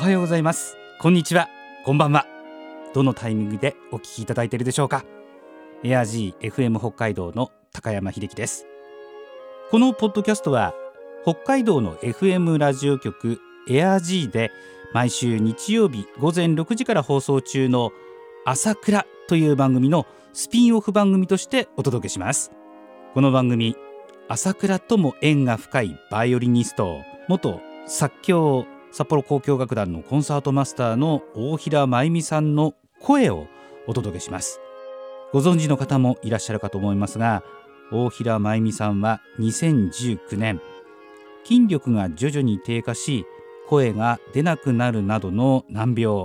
はようございます。こんにちは。こんばんは。どのタイミングでお聞きいただいているでしょうか。エアジー FM 北海道の高山秀樹です。このポッドキャストは北海道の FM ラジオ局エアジーで毎週日曜日午前6時から放送中の朝倉という番組のスピンオフ番組としてお届けします。この番組、朝倉とも縁が深いバイオリニスト、元作協札幌交響楽団のコンサートマスターの大平真由美さんの声をお届けします。ご存知の方もいらっしゃるかと思いますが、大平真由美さんは2019年筋力が徐々に低下し声が出なくなるなどの難病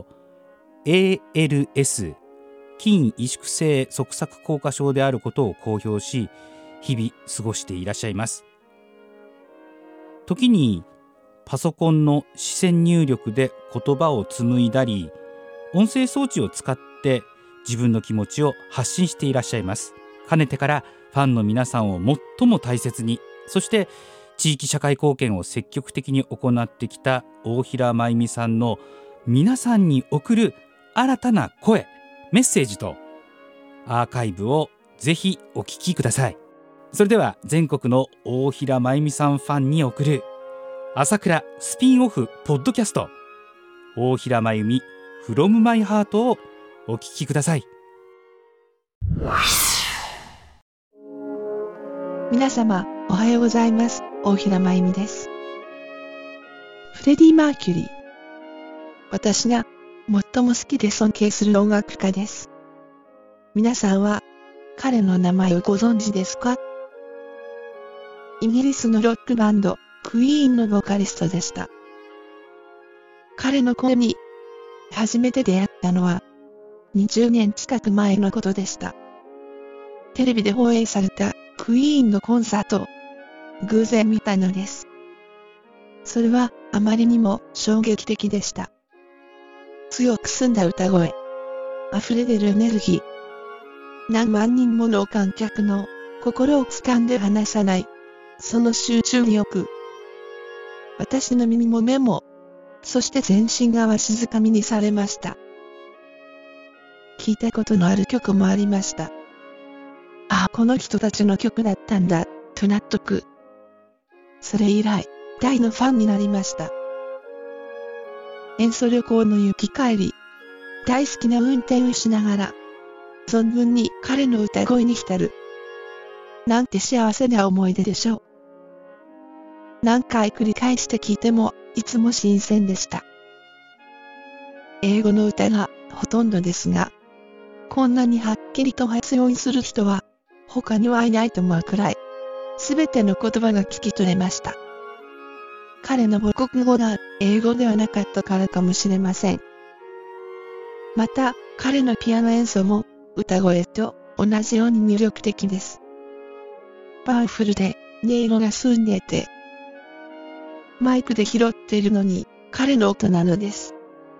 ALS 筋萎縮性側索硬化症であることを公表し、日々過ごしていらっしゃいます。時にパソコンの視線入力で言葉を紡いだり、音声装置を使って自分の気持ちを発信していらっしゃいます。かねてからファンの皆さんを最も大切に、そして地域社会貢献を積極的に行ってきた大平真由美さんの皆さんに送る新たな声、メッセージとアーカイブをぜひお聞きください。それでは全国の大平真由美さんファンに送る朝倉スピンオフポッドキャスト、大平真由美 From My Heart をお聞きください。 皆様おはようございます。大平真由美です。フレディ・マーキュリー、私が最も好きで尊敬する音楽家です。皆さんは彼の名前をご存知ですか？イギリスのロックバンドクイーンのボーカリストでした。彼の声に初めて出会ったのは20年近く前のことでした。テレビで放映されたクイーンのコンサートを偶然見たのです。それはあまりにも衝撃的でした。強く澄んだ歌声、溢れ出るエネルギー、何万人もの観客の心を掴んで離さないその集中力。私の耳も目も、そして全身がわしづかみにされました。聞いたことのある曲もありました。ああ、この人たちの曲だったんだ、と納得。それ以来、大のファンになりました。演奏旅行の行き帰り、大好きな運転をしながら、存分に彼の歌声に浸る。なんて幸せな思い出でしょう。何回繰り返して聴いても、いつも新鮮でした。英語の歌がほとんどですが、こんなにはっきりと発音する人は、他にはいないと思うくらい、すべての言葉が聞き取れました。彼の母国語が英語ではなかったからかもしれません。また、彼のピアノ演奏も歌声と同じように魅力的です。パワフルで音色が澄んでいて、マイクで拾っているのに彼の音なのです。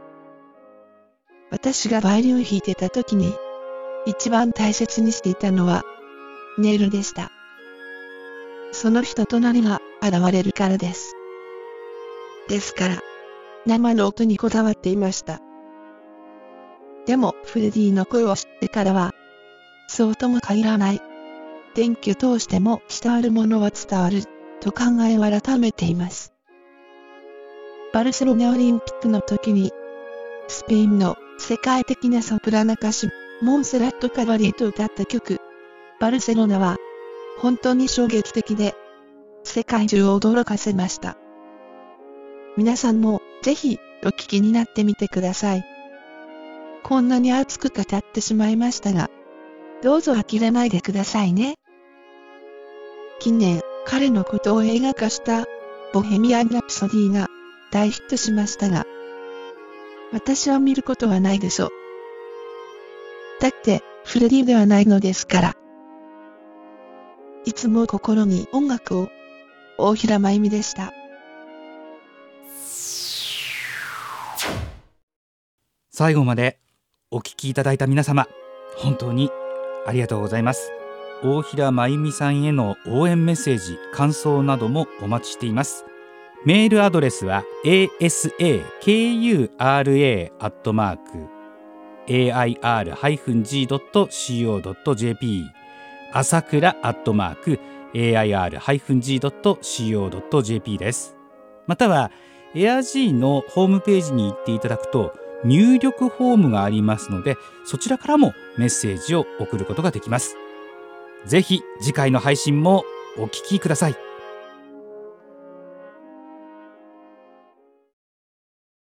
私がバイオリンを弾いてた時に一番大切にしていたのは音色でした。その人となりが現れるからです。ですから生の音にこだわっていました。でもフレディの声を知ってからはそうとも限らない。電気を通しても伝わるものは伝わると考えを改めています。バルセロナオリンピックの時にスペインの世界的なソプラノ歌手モンセラット・カバリエと歌った曲バルセロナは本当に衝撃的で世界中を驚かせました。皆さんもぜひお聞きになってみてください。こんなに熱く語ってしまいましたが、どうぞ呆れないでくださいね。近年彼のことを映画化したボヘミアン・ラプソディが大ヒットしましたが、私は見ることはないでしょう。だってフレディではないのですから。いつも心に音楽を。大平真由美でした。 最後までお聞きいただいた皆様、本当にありがとうございます。大平真由美さんへの応援メッセージ、感想などもお待ちしています。 メールアドレスは asakura-air-g.co.jp 朝倉@air-g.co.jp です。またはエアGのホームページに行っていただくと入力フォームがありますので、そちらからもメッセージを送ることができます。ぜひ次回の配信もお聞きください。